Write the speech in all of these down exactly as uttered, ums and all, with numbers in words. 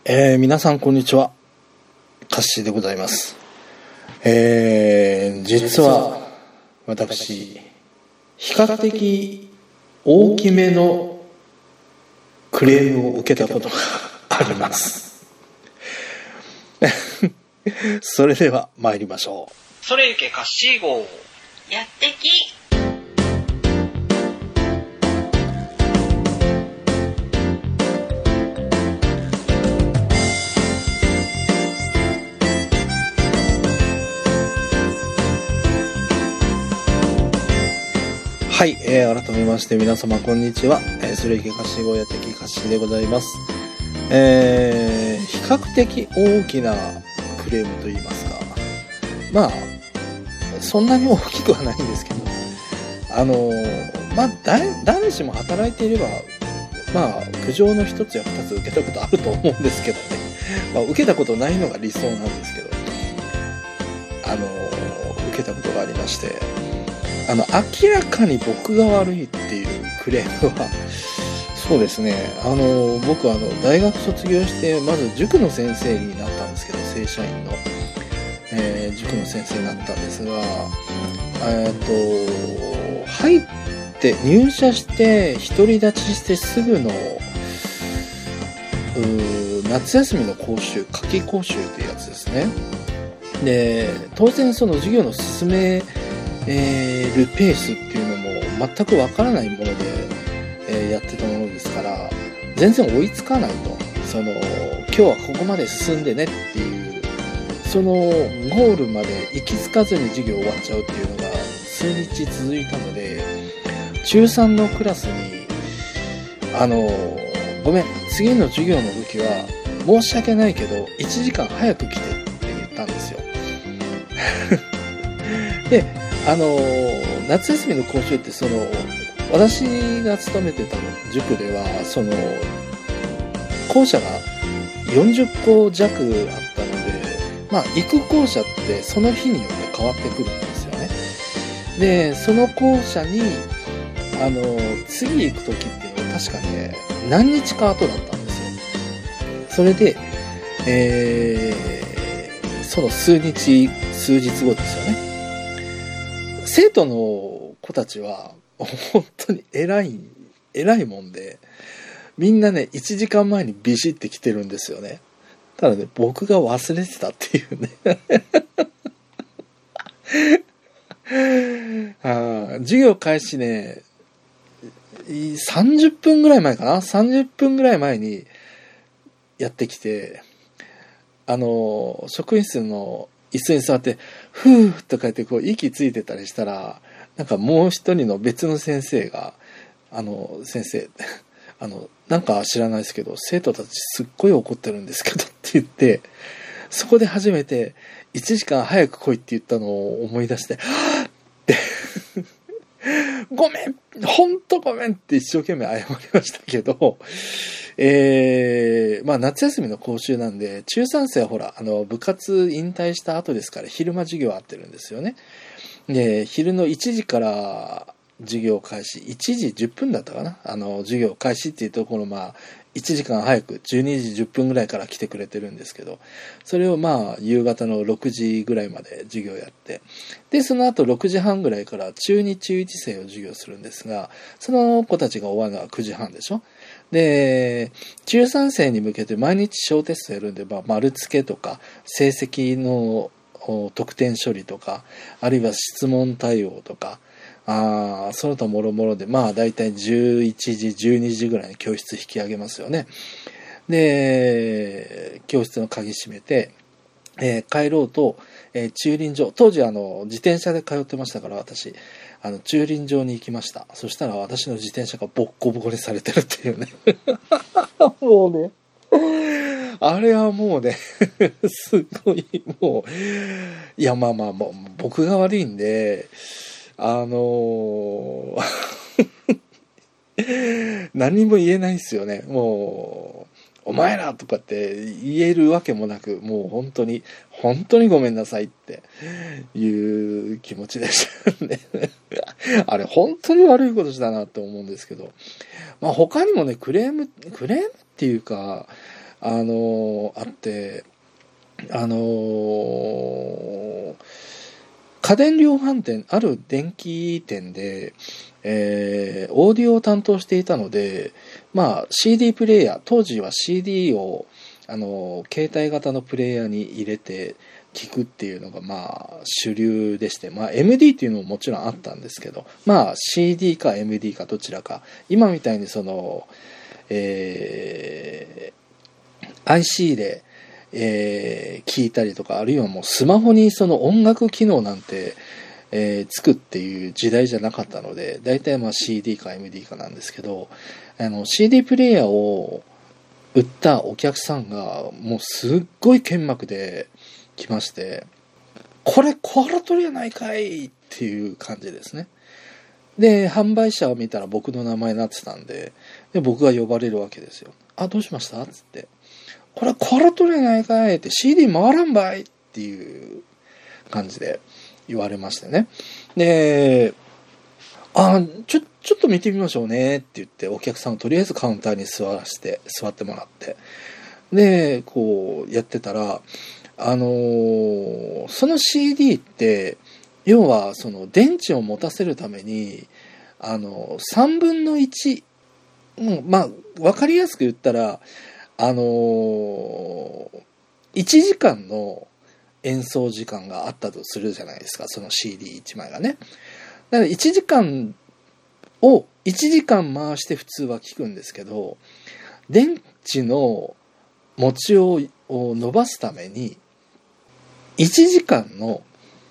えー、皆さんこんにちは。カッシーでございます。えー、実は私比較的大きめのクレームを受けたことがありますそれでは参りましょう。 それゆけカッシー号やってき。 はい、えー、改めまして皆様こんにちは。えー、それゆけカッシー号やってきカッシーでございます。えー、比較的大きなクレームといいますか、まあそんなに大きくはないんですけど、あのー、まあ誰、誰しも働いていればまあ苦情の一つや二つ受けたことあると思うんですけどねまあ受けたことないのが理想なんですけど、あのー、受けたことがありまして、あの明らかに僕が悪いっていうクレームはそうですね、あの僕あの大学卒業してまず塾の先生になったんですけど、正社員の、えー、塾の先生になったんですが、えー、と入って入社して独り立ちしてすぐの夏休みの講習、夏季講習っていうやつですね。で当然その授業の進めえー、るペースっていうのも全くわからないもので、えー、やってたものですから全然追いつかないと、その今日はここまで進んでねっていうそのゴールまで行き着かずに授業終わっちゃうっていうのが数日続いたので、中さんのクラスにあのごめん次の授業の時は申し訳ないけどいちじかん早く来てって言ったんですよであの夏休みの講習ってその私が勤めてた塾ではその校舎がよんじゅっこ弱あったので、まあ行く校舎ってその日によって変わってくるんですよね。でその校舎にあの次行く時っていうのは確かね何日か後だったんですよ。それで、えー、その数日数日後ですよね。生徒の子たちは本当に偉い偉いもんで、みんなねいちじかんまえにビシッて来てるんですよね。ただね僕が忘れてたっていうねあ授業開始ねさんじゅっぷんぐらい前かなさんじゅっぷんぐらい前にやってきて、あの職員室の椅子に座ってふーっとか言ってこう息ついてたりしたら、なんかもう一人の別の先生があの先生あのなんか知らないですけど生徒たちすっごい怒ってるんですけどって言って、そこで初めていちじかん早く来いって言ったのを思い出してはぁってごめんほんとごめんって一生懸命謝りましたけど、えー、まあ夏休みの講習なんで中さん生はほらあの部活引退した後ですから昼間授業合ってるんですよね。で昼のいちじから授業開始いちじじゅっぷんだったかな、あの授業開始っていうところまあいちじかん早くじゅうにじじゅっぷんぐらいから来てくれてるんですけど、それをまあ夕方のろくじぐらいまで授業やって、でその後ろくじはんぐらいから中に中いち生を授業するんですが、その子たちが終わるのはくじはんでしょ。で中さん生に向けて毎日小テストやるんで、まあ、丸付けとか成績の得点処理とかあるいは質問対応とかあその他もろもろでまあだいたいじゅういちじじゅうにじぐらいに教室引き上げますよね。で教室の鍵閉めて、えー、帰ろうと、えー、駐輪場、当時あの自転車で通ってましたから私あの駐輪場に行きました。そしたら私の自転車がボッコボコにされてるっていうねもうねあれはもうねすごいもういやまあまあもう僕が悪いんであのー、何も言えないですよね。もうお前らとかって言えるわけもなく、もう本当に本当にごめんなさいっていう気持ちでしたねあれ本当に悪いことしたなと思うんですけど、まあ他にもねクレームクレームっていうかあのあって、あのー、家電量販店、ある電気店で、えー、オーディオを担当していたので、まあ シーディー プレイヤー、当時は シーディー をあの携帯型のプレイヤーに入れて聞くっていうのがまあ主流でして、まあ エムディー っていうのももちろんあったんですけど、まあ シーディー か エムディー かどちらか、今みたいにその、えー、アイシー で、えー、聞いたりとか、あるいはもうスマホにその音楽機能なんて、えー、つくっていう時代じゃなかったので、大体まあ シーディー か エムディー かなんですけど、あの シーディー プレイヤーを売ったお客さんがもうすっごい剣幕で来まして、これコアラ取りやないかいっていう感じですね。で販売者を見たら僕の名前になってたんで、で僕が呼ばれるわけですよ。あ、どうしましたっつって、これコアラ取りやないかいって シーディー 回らんばいっていう感じで言われましてね。で、あ、ちょ、ちょっと見てみましょうねって言って、お客さんをとりあえずカウンターに座らせて、座ってもらって。で、こうやってたら、あのー、その シーディー って、要はその電池を持たせるために、あの、さんぶんのいち、うん、まあ、わかりやすく言ったら、あのー、いちじかんの演奏時間があったとするじゃないですか、その シーディーいち 枚がね。だからいちじかんをいちじかん回して普通は聞くんですけど、電池の持ちを伸ばすためにいちじかんの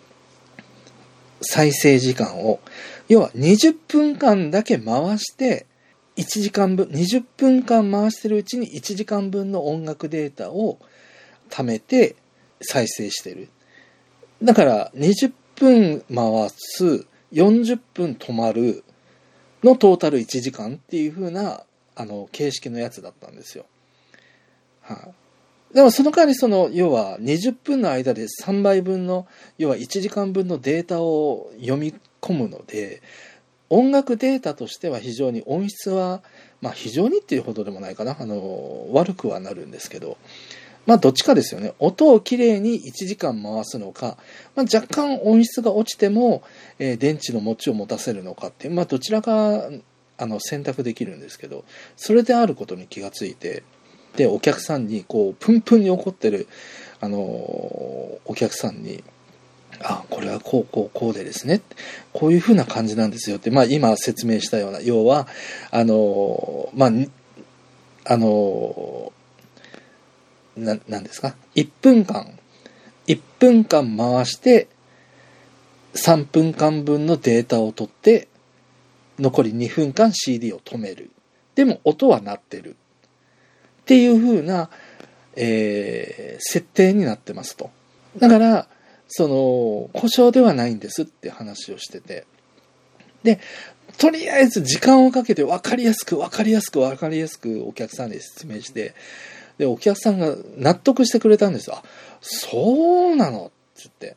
再生時間を、要はにじゅっぷんかんだけ回していちじかんぶん、にじゅっぷんかん回してるうちにいちじかんぶんの音楽データを貯めて再生してる。だからにじゅっぷん回す、よんじゅっぷん止まるのトータルいちじかんっていう風なあの形式のやつだったんですよ。はい、あ。でもその代わりその要はにじゅっぷんの間でさんばいぶんの要はいちじかんぶんのデータを読み込むので、音楽データとしては非常に音質はまあ非常にっていうほどでもないかな、あの悪くはなるんですけど、まあどっちかですよね。音をきれいにいちじかん回すのか、まあ、若干音質が落ちても、えー、電池の持ちを持たせるのかっていう、まあどちらかあの選択できるんですけど、それであることに気がついて、でお客さんにこうプンプンに怒ってるあのー、お客さんに、あ、これはこうこうこうでですね、こういう風な感じなんですよって、まあ今説明したような、要はあのー、まああのー、な、なんですか、いっぷんかんいっぷんかん回してさんぷんかんぶんのデータを取って残りにふんかん シーディー を止める。でも音は鳴ってるっていう風な、えー、設定になってますと。だからその故障ではないんですって話をしてて、でとりあえず時間をかけて分かりやすく分かりやすく分かりやすくお客さんに説明して、でお客さんが納得してくれたんですよ。あ、そうなのって言って、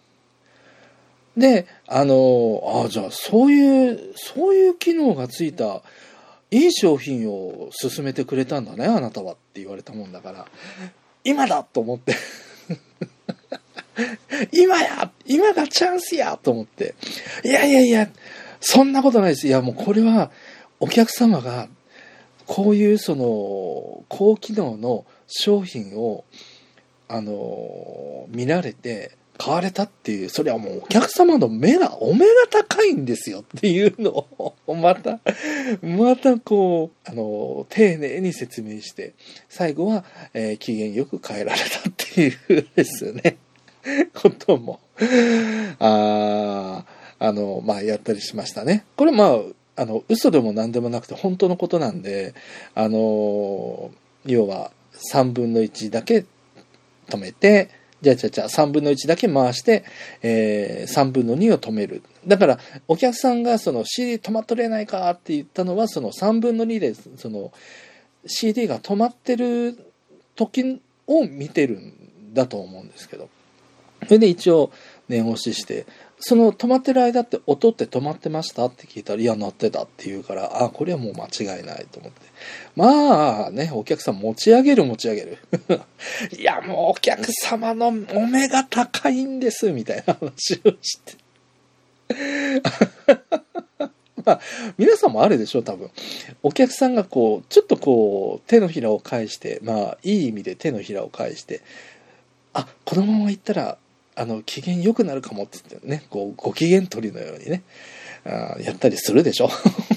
であのあじゃあそういうそういう機能がついたいい商品を勧めてくれたんだねあなたはって言われたもんだから、今だと思って今や今がチャンスやと思って、いやいやいやそんなことないです。いやもうこれはお客様がこういうその高機能の商品をあの見られて買われたっていう、それはもうお客様の目がお目が高いんですよっていうのをまたまたこうあの丁寧に説明して、最後は、えー、機嫌よく帰られたっていうですねこともああのまあやったりしましたね。これまああの嘘でも何でもなくて本当のことなんで、あの要はさんぶんのいちだけ止めて、じゃあじゃあじゃあさんぶんのいちだけ回して、えー、さんぶんのにを止める。だからお客さんがその シーディー 止まっとれないかって言ったのは、そのさんぶんのにでその シーディー が止まってる時を見てるんだと思うんですけど、それで一応念押しして、 その止まってる間って音って止まってましたって聞いたら、いや、鳴ってたって言うから、あ、これはもう間違いないと思って。まあね、お客さん持ち上げる持ち上げる。いや、もうお客様のお目が高いんです、みたいな話をして。まあ、皆さんもあるでしょう、多分。お客さんがこう、ちょっとこう、手のひらを返して、まあ、いい意味で手のひらを返して、あ、このまま行ったら、あの、機嫌良くなるかもって言ってね、こう、ご機嫌取りのようにね、あやったりするでしょ。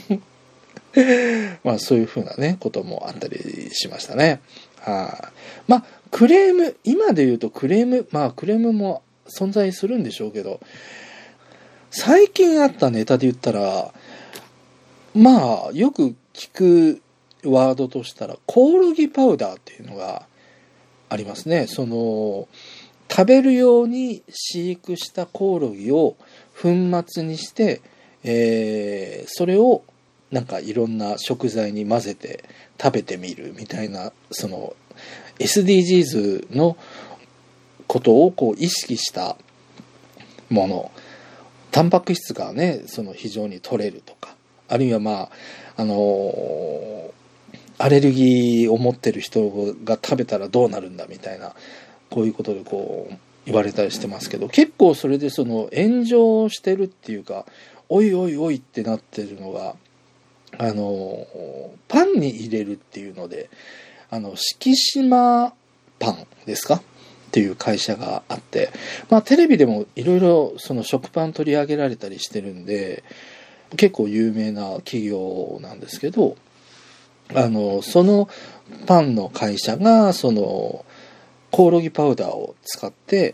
まあ、そういうふうなね、こともあったりしましたね。はまあ、クレーム、今で言うとクレーム、まあ、クレームも存在するんでしょうけど、最近あったネタで言ったら、まあ、よく聞くワードとしたら、コオロギパウダーっていうのがありますね。その、食べるように飼育したコオロギを粉末にして、えー、それをなんかいろんな食材に混ぜて食べてみるみたいな、その エスディージーズ のことをこう意識したもの、タンパク質がね、その非常に取れるとか、あるいはまあ、あのー、アレルギーを持ってる人が食べたらどうなるんだみたいな、こういうことでこう言われたりしてますけど、結構それでその炎上してるっていうか、おいおいおいってなってるのが、あのパンに入れるっていうので、あの敷島パンですかっていう会社があって、まあテレビでもいろいろその食パン取り上げられたりしてるんで、結構有名な企業なんですけど、あのそのパンの会社がそのコオロギパウダーを使って、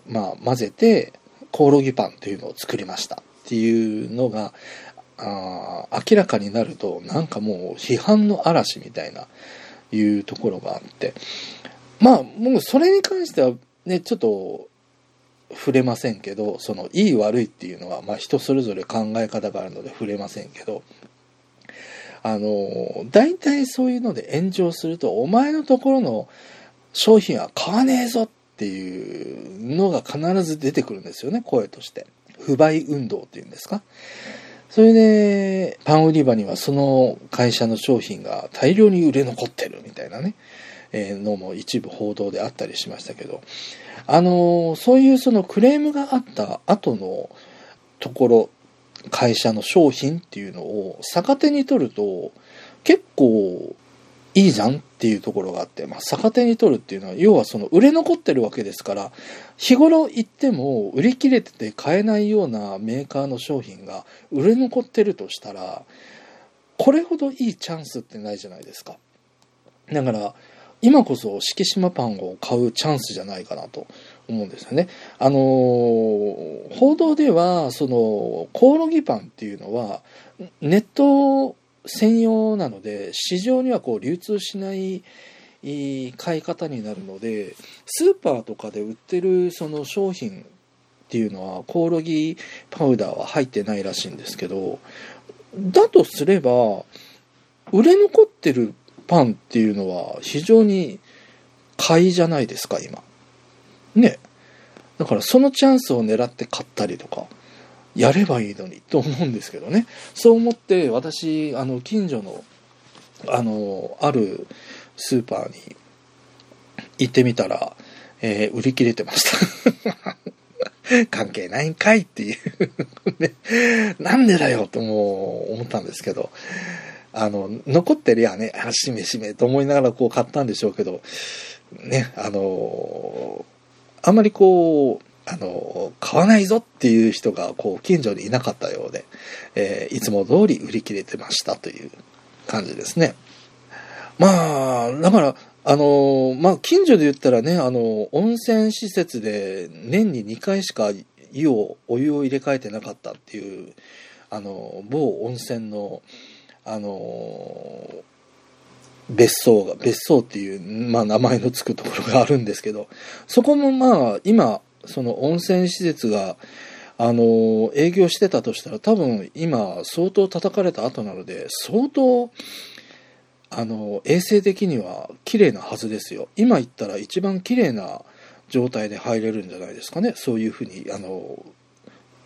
まあ、混ぜてコオロギパンというのを作りましたっていうのがあ明らかになると、なんかもう批判の嵐みたいないうところがあって、まあもうそれに関してはねちょっと触れませんけど、そのいい悪いっていうのはまあ人それぞれ考え方があるので触れませんけど、あの大体そういうので炎上すると、お前のところの商品は買わねえぞっていうのが必ず出てくるんですよね、声として。不買運動っていうんですか。それでパン売り場にはその会社の商品が大量に売れ残ってるみたいなね、えー、のも一部報道であったりしましたけど、あのー、そういうそのクレームがあった後のところ、会社の商品っていうのを逆手に取ると結構いいじゃんっていうところがあって、まあ、逆手に取るっていうのは、要はその売れ残ってるわけですから、日頃行っても売り切れてて買えないようなメーカーの商品が売れ残ってるとしたら、これほどいいチャンスってないじゃないですか。だから今こそ敷島パンを買うチャンスじゃないかなと思うんですよね。あのー、報道ではそのコオロギパンっていうのはネット専用なので市場にはこう流通しない買い方になるので、スーパーとかで売ってるその商品っていうのはコオロギパウダーは入ってないらしいんですけど、だとすれば売れ残ってるパンっていうのは非常に買いじゃないですか今ね。だからそのチャンスを狙って買ったりとかやればいいのにと思うんですけどね。そう思って私あの近所のあのあるスーパーに行ってみたら、えー、売り切れてました関係ないんかいっていうね、なんでだよとも思ったんですけど、あの残ってりゃね、あしめしめと思いながらこう買ったんでしょうけどね、あのあんまりこうあの買わないぞっていう人がこう近所にいなかったようで、えー、いつも通り売り切れてましたという感じですね。まあだからあのまあ近所で言ったらね、あの温泉施設で年ににかいしか湯をお湯を入れ替えてなかったっていうあの某温泉のあの別荘が別荘っていう、まあ、名前のつくところがあるんですけど、そこもまあ今その温泉施設があの営業してたとしたら多分今相当叩かれた後なので相当あの衛生的には綺麗なはずですよ。今言ったら一番綺麗な状態で入れるんじゃないですかね。そういうふうにあの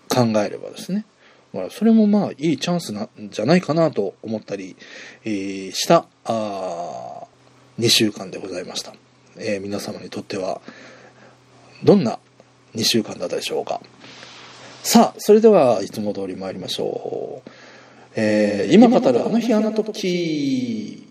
考えればですね、まあ、それもまあいいチャンスなんじゃないかなと思ったり、えー、したあにしゅうかんでございました。えー、皆様にとってはどんなにしゅうかんだったでしょうか。さあ、それではいつも通り参りましょう。えー、今語るあの日あの時。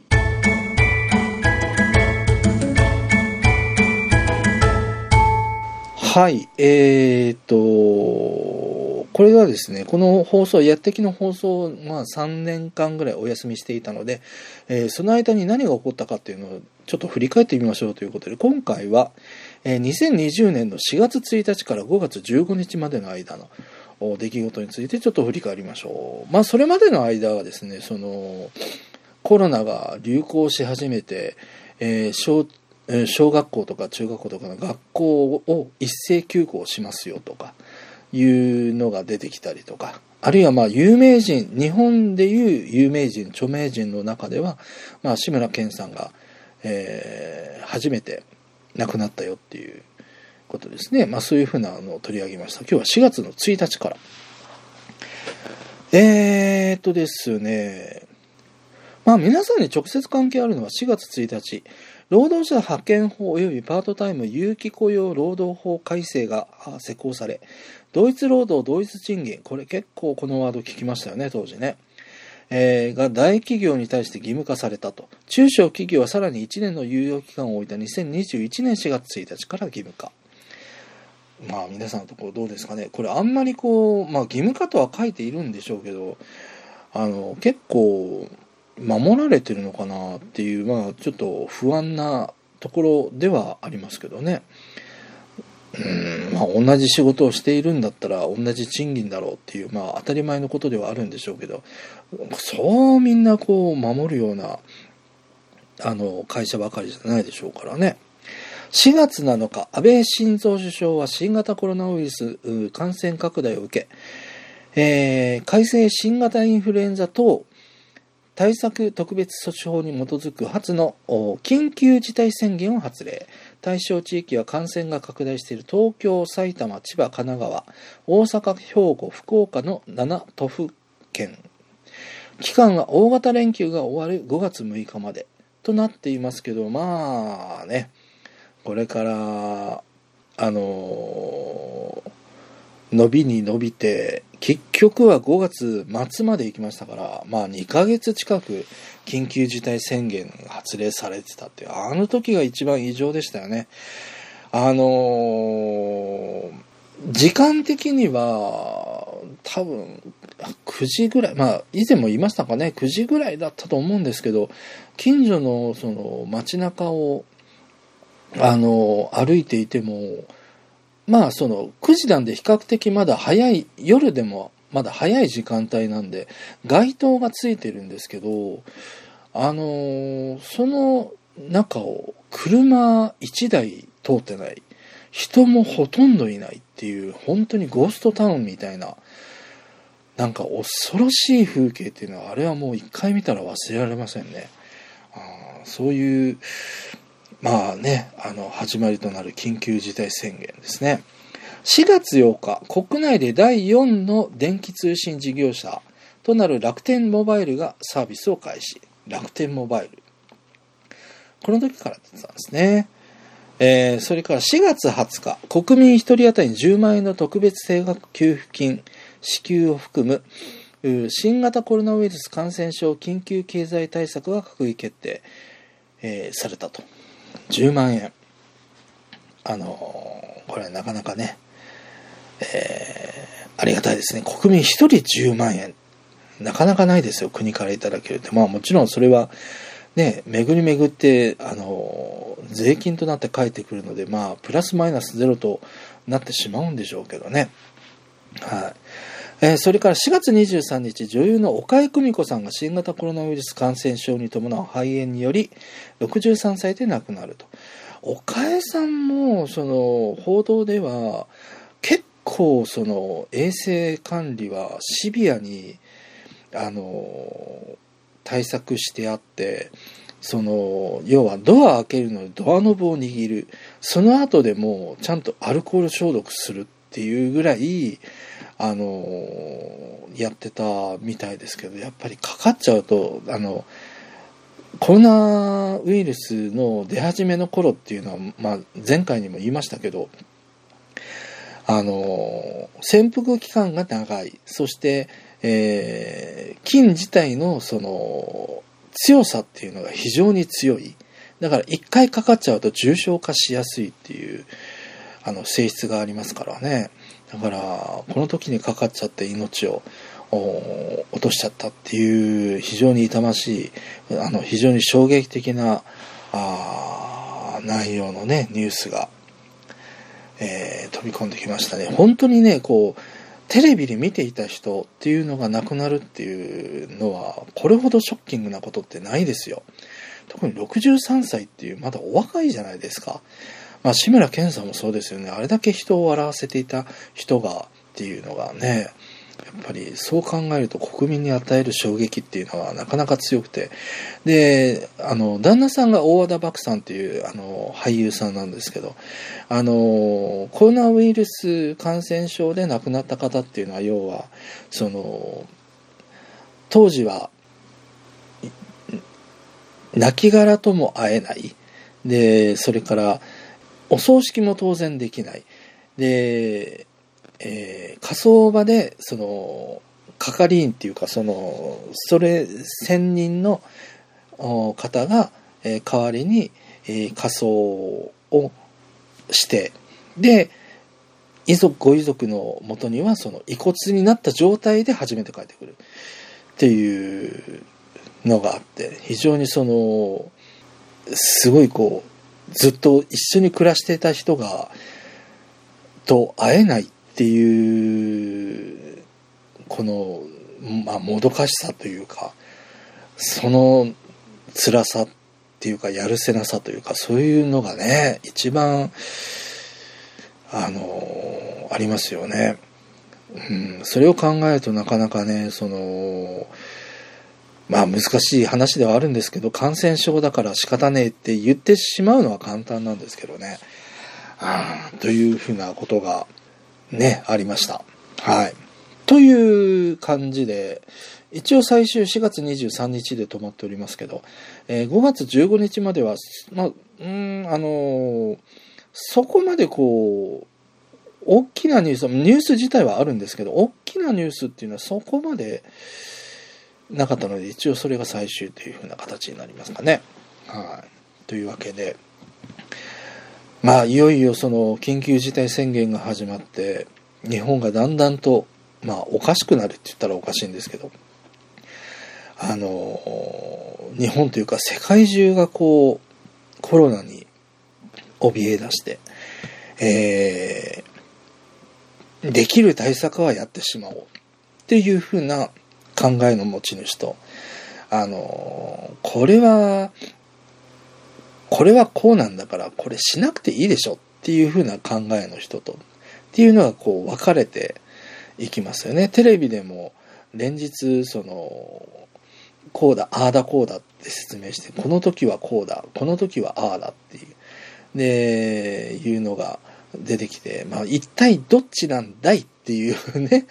はい、えーと、これがですね、この放送、やってきの放送、まあさんねんかんぐらいお休みしていたので、えー、その間に何が起こったかっていうのをちょっと振り返ってみましょうということで、今回は、えー、にせんにじゅうねんのしがつついたちからごがつじゅうごにちまでの間の出来事についてちょっと振り返りましょう。まあそれまでの間はですね、そのコロナが流行し始めて、えー、小小学校とか中学校とかの学校を一斉休校しますよとかいうのが出てきたりとか、あるいはまあ有名人、日本でいう有名人、著名人の中では、まあ志村けんさんが、えー、初めて亡くなったよっていうことですね。まあそういうふうなのを取り上げました。今日はしがつのついたちから。えーっとですね、まあ皆さんに直接関係あるのはしがつついたち、労働者派遣法及びパートタイム有期雇用労働法改正が施行され、同一労働同一賃金、これ結構このワード聞きましたよね、当時ね。えー、が大企業に対して義務化されたと。中小企業はさらにいちねんの猶予期間を置いたにせんにじゅういちねんしがつついたちから義務化。まあ皆さんのところどうですかね。これあんまりこう、まあ義務化とは書いているんでしょうけど、あの、結構、守られてるのかなっていう、まあちょっと不安なところではありますけどね。うん、まあ同じ仕事をしているんだったら同じ賃金だろうっていう、まあ当たり前のことではあるんでしょうけど、そうみんなこう守るようなあの会社ばかりじゃないでしょうからね。しがつなのか、安倍晋三首相は新型コロナウイルス感染拡大を受け、えー、改正新型インフルエンザ等対策特別措置法に基づく初の緊急事態宣言を発令。対象地域は感染が拡大している東京、埼玉、千葉、神奈川、大阪、兵庫、福岡のななとふけん。期間は大型連休が終わるごがつむいかまでとなっていますけど、まあね、これからあのー、伸びに伸びて結局はごがつまつまで行きましたから、まあにかげつ近く緊急事態宣言が発令されてたっていう、あの時が一番異常でしたよね。あのー、時間的には多分くじぐらい、まあ以前も言いましたかね、くじぐらいだったと思うんですけど、近所のその街中をあのー、歩いていても、まあそのくじなんで比較的まだ早い、夜でもまだ早い時間帯なんで街灯がついてるんですけど、あのー、その中を車いちだい通ってない、人もほとんどいないっていう、本当にゴーストタウンみたいな、なんか恐ろしい風景っていうのは、あれはもう一回見たら忘れられませんね。あ、そういうまあね、あの始まりとなる緊急事態宣言ですね。しがつようか、国内でだいよんの電気通信事業者となる楽天モバイルがサービスを開始。楽天モバイル、この時から出てたんですね。えー、それからしがつはつか、国民ひとり当たりじゅうまんえんの特別定額給付金支給を含む新型コロナウイルス感染症緊急経済対策が閣議決定、えー、されたと。じゅうまんえん、あのー、これなかなかね、えー、ありがたいですね。国民ひとりじゅうまんえん、なかなかないですよ、国からいただけるって。まあもちろんそれはね、巡り巡ってあのー、税金となって返ってくるので、まあプラスマイナスゼロとなってしまうんでしょうけどね。はい。えー、それからしがつにじゅうさんにち、女優の岡江久美子さんが新型コロナウイルス感染症に伴う肺炎によりろくじゅうさんさいで亡くなると。岡江さんもその報道では結構その衛生管理はシビアにあの対策してあって、その要はドア開けるのでドアノブを握る、その後でもちゃんとアルコール消毒するっっていうぐらい、あの、やってたみたいですけど、やっぱりかかっちゃうと、あの、コロナウイルスの出始めの頃っていうのは、まあ、前回にも言いましたけど、あの、潜伏期間が長い。そして、えー、菌自体のその、強さっていうのが非常に強い。だから一回かかっちゃうと重症化しやすいっていう、あの、性質がありますからね。だから、この時にかかっちゃって命を落としちゃったっていう非常に痛ましい、あの、非常に衝撃的な、あ内容のね、ニュースが、えー、飛び込んできましたね。本当にね、こう、テレビで見ていた人っていうのが亡くなるっていうのは、これほどショッキングなことってないですよ。特にろくじゅうさんさいっていう、まだお若いじゃないですか。まあ、志村けんさんもそうですよね。あれだけ人を笑わせていた人がっていうのがね、やっぱりそう考えると国民に与える衝撃っていうのはなかなか強くて、で、あの、旦那さんが大和田獏さんっていうあの俳優さんなんですけど、あの、コロナウイルス感染症で亡くなった方っていうのは、要は、その、当時は、亡骸とも会えない。で、それから、お葬式も当然できない。で、えー、火葬場で、その、係員っていうか、その、それ、専任の方が、えー、代わりに、えー、火葬をして、で、遺族、ご遺族のもとには、その、遺骨になった状態で初めて帰ってくる。っていうのがあって、非常にその、すごいこう、ずっと一緒に暮らしていた人が、と会えないっていう、この、まあ、もどかしさというか、その辛さっていうか、やるせなさというか、そういうのがね、一番、あの、ありますよね。うん、それを考えるとなかなかね、その、まあ難しい話ではあるんですけど、感染症だから仕方ねえって言ってしまうのは簡単なんですけどね。あというふうなことがね、ありました。はい。という感じで、一応最終しがつにじゅうさんにちで止まっておりますけど、えー、ごがつじゅうごにちまでは、まあ、うーん、あのー、そこまでこう、大きなニュース、ニュース自体はあるんですけど、大きなニュースっていうのはそこまでなかったので、一応それが最終というふうな形になりますかね。はい。というわけで、まあ、いよいよその緊急事態宣言が始まって、日本がだんだんと、まあ、おかしくなるって言ったらおかしいんですけど、あの、日本というか世界中がこう、コロナに怯え出して、えー、できる対策はやってしまおうっていうふうな考えの持ち主と、あの、これは、これはこうなんだからこれしなくていいでしょっていう風な考えの人とっていうのがこう分かれていきますよね。テレビでも連日そのこうだああだこうだって説明して、この時はこうだこの時はああだっていうでいうのが出てきて、まあ一体どっちなんだいっていうね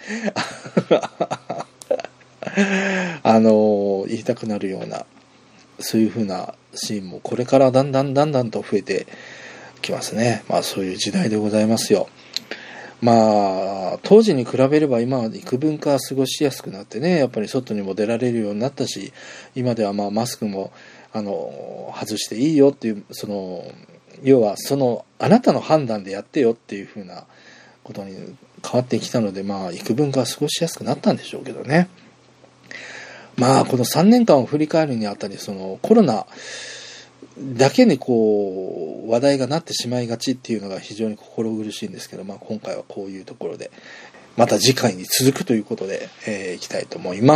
あの言いたくなるような、そういう風なシーンもこれからだんだんだんだんと増えてきますね。まあそういう時代でございますよ。まあ当時に比べれば今は幾分か過ごしやすくなってね、やっぱり外にも出られるようになったし、今ではまあマスクもあの外していいよっていう、その要はそのあなたの判断でやってよっていう風なことに変わってきたので、まあ幾分か過ごしやすくなったんでしょうけどね。まあこのさんねんかんを振り返るにあたり、そのコロナだけにこう話題がなってしまいがちっていうのが非常に心苦しいんですけど、まあ今回はこういうところでまた次回に続くということで、えー、いきたいと思います。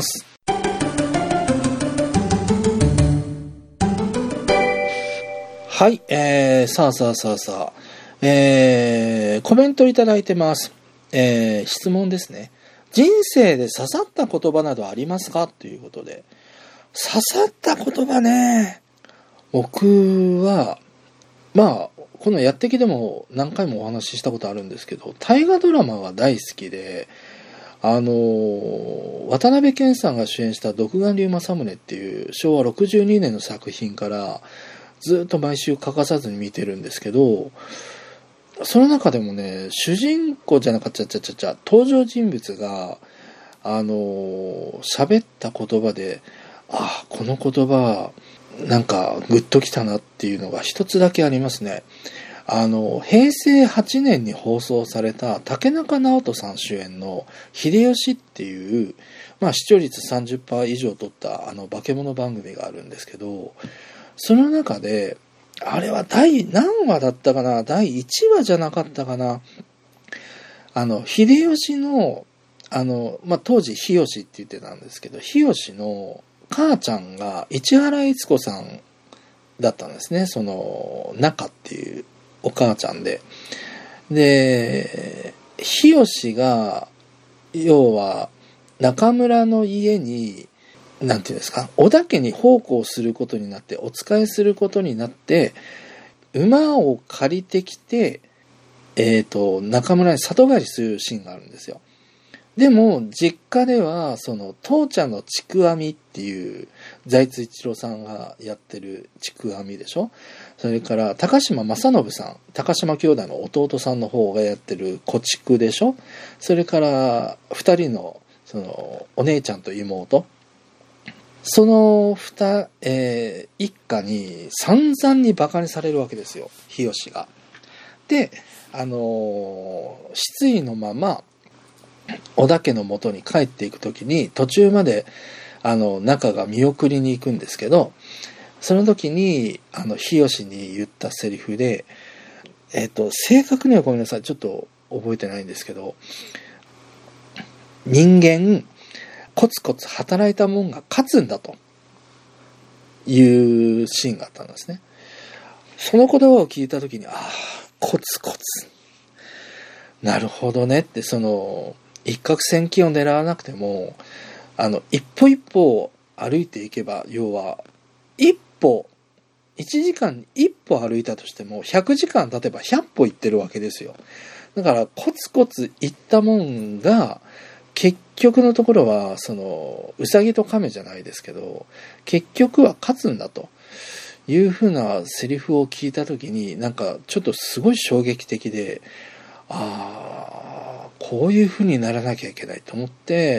はい、えー、さあさあさあさあ、えー、コメントいただいてます。えー、質問ですね。人生で刺さった言葉などありますかということで、刺さった言葉ね、僕はまあこのやってきでも何回もお話ししたことあるんですけど、大河ドラマが大好きで、あの渡辺謙さんが主演した独眼竜政宗っていうしょうわろくじゅうにねんの作品からずっと毎週欠かさずに見てるんですけど、その中でもね、主人公じゃなかったちゃちゃちゃ登場人物があの喋った言葉で、あ、この言葉なんかグッときたなっていうのが一つだけありますね。あのへいせいはちねんに放送された竹中直人さん主演の秀吉っていう、まあ、視聴率 さんじゅっパーセント 以上取ったあの化け物番組があるんですけど、その中であれは第何話だったかな、だいいちわじゃなかったかな、あの秀吉のあの、まあ、当時日吉って言ってたんですけど、日吉の母ちゃんが市原悦子さんだったんですね。その中っていうお母ちゃんで、で日吉が要は中村の家になんていうんですか、織田家に奉公することになって、お仕えすることになって馬を借りてきて、えーと中村に里帰りするシーンがあるんですよ。でも実家ではその父ちゃんのちくわみっていう財津一郎さんがやってるちくわみでしょ。それから高島正信さん、高島兄弟の弟さんの方がやってる小竹でしょ。それからふたりのそのお姉ちゃんと妹、その二、えー、一家に散々にバカにされるわけですよ、日吉が。で、あのー、失意のまま織田家の元に帰っていくときに、途中まであの中が見送りに行くんですけど、その時にあの日吉に言ったセリフで、えっと正確にはごめんなさい、ちょっと覚えてないんですけど、人間コツコツ働いたもんが勝つんだというシーンがあったんですね。その言葉を聞いた時に、ああ、コツコツ、なるほどねって、その一攫千金を狙わなくても、あの一歩一歩歩いていけば、要は一歩いちじかんに一歩歩いたとしてもひゃくじかん経てばひゃっぽ行ってるわけですよ。だからコツコツ行ったもんが結局のところは、そのうさぎと亀じゃないですけど、結局は勝つんだというふうなセリフを聞いた時に、なんかちょっとすごい衝撃的で、ああ、こういうふうにならなきゃいけないと思って、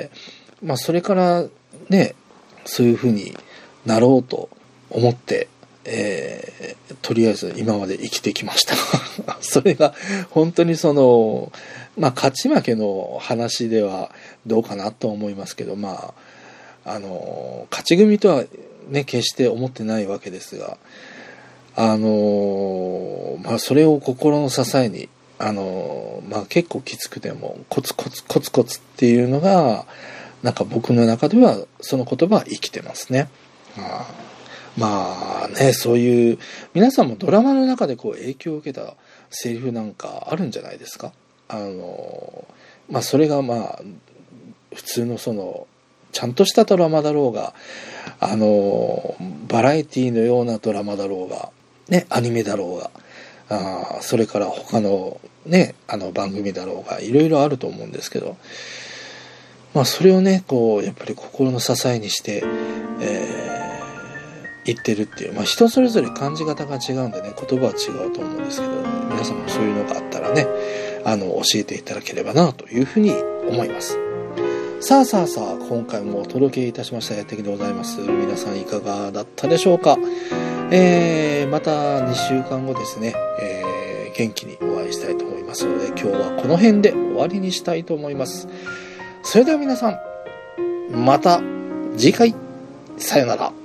まあそれからね、そういうふうになろうと思って、えー、とりあえず今まで生きてきましたそれが本当にその、まあ勝ち負けの話ではどうかなと思いますけど、まああの勝ち組とはね決して思ってないわけですが、あのまあそれを心の支えに、あのまあ結構きつくてもコツコツコツコツっていうのが、なんか僕の中ではその言葉は生きてますね。あまあね、そういう皆さんもドラマの中でこう影響を受けたセリフなんかあるんじゃないですか。あのまあそれがまあ普通のそのちゃんとしたドラマだろうが、あのバラエティのようなドラマだろうがね、アニメだろうが、あそれから他のねあの番組だろうが、いろいろあると思うんですけど、まあそれをねこうやっぱり心の支えにして、えー言ってるっていう、まあ人それぞれ感じ方が違うんでね、言葉は違うと思うんですけど、皆さんもそういうのがあったらね、あの教えていただければなというふうに思います。さあさあさあ、今回もお届けいたしましたやってきでございます。皆さんいかがだったでしょうか。えー、またにしゅうかんごですね、えー、元気にお会いしたいと思いますので、今日はこの辺で終わりにしたいと思います。それでは皆さん、また次回、さよなら。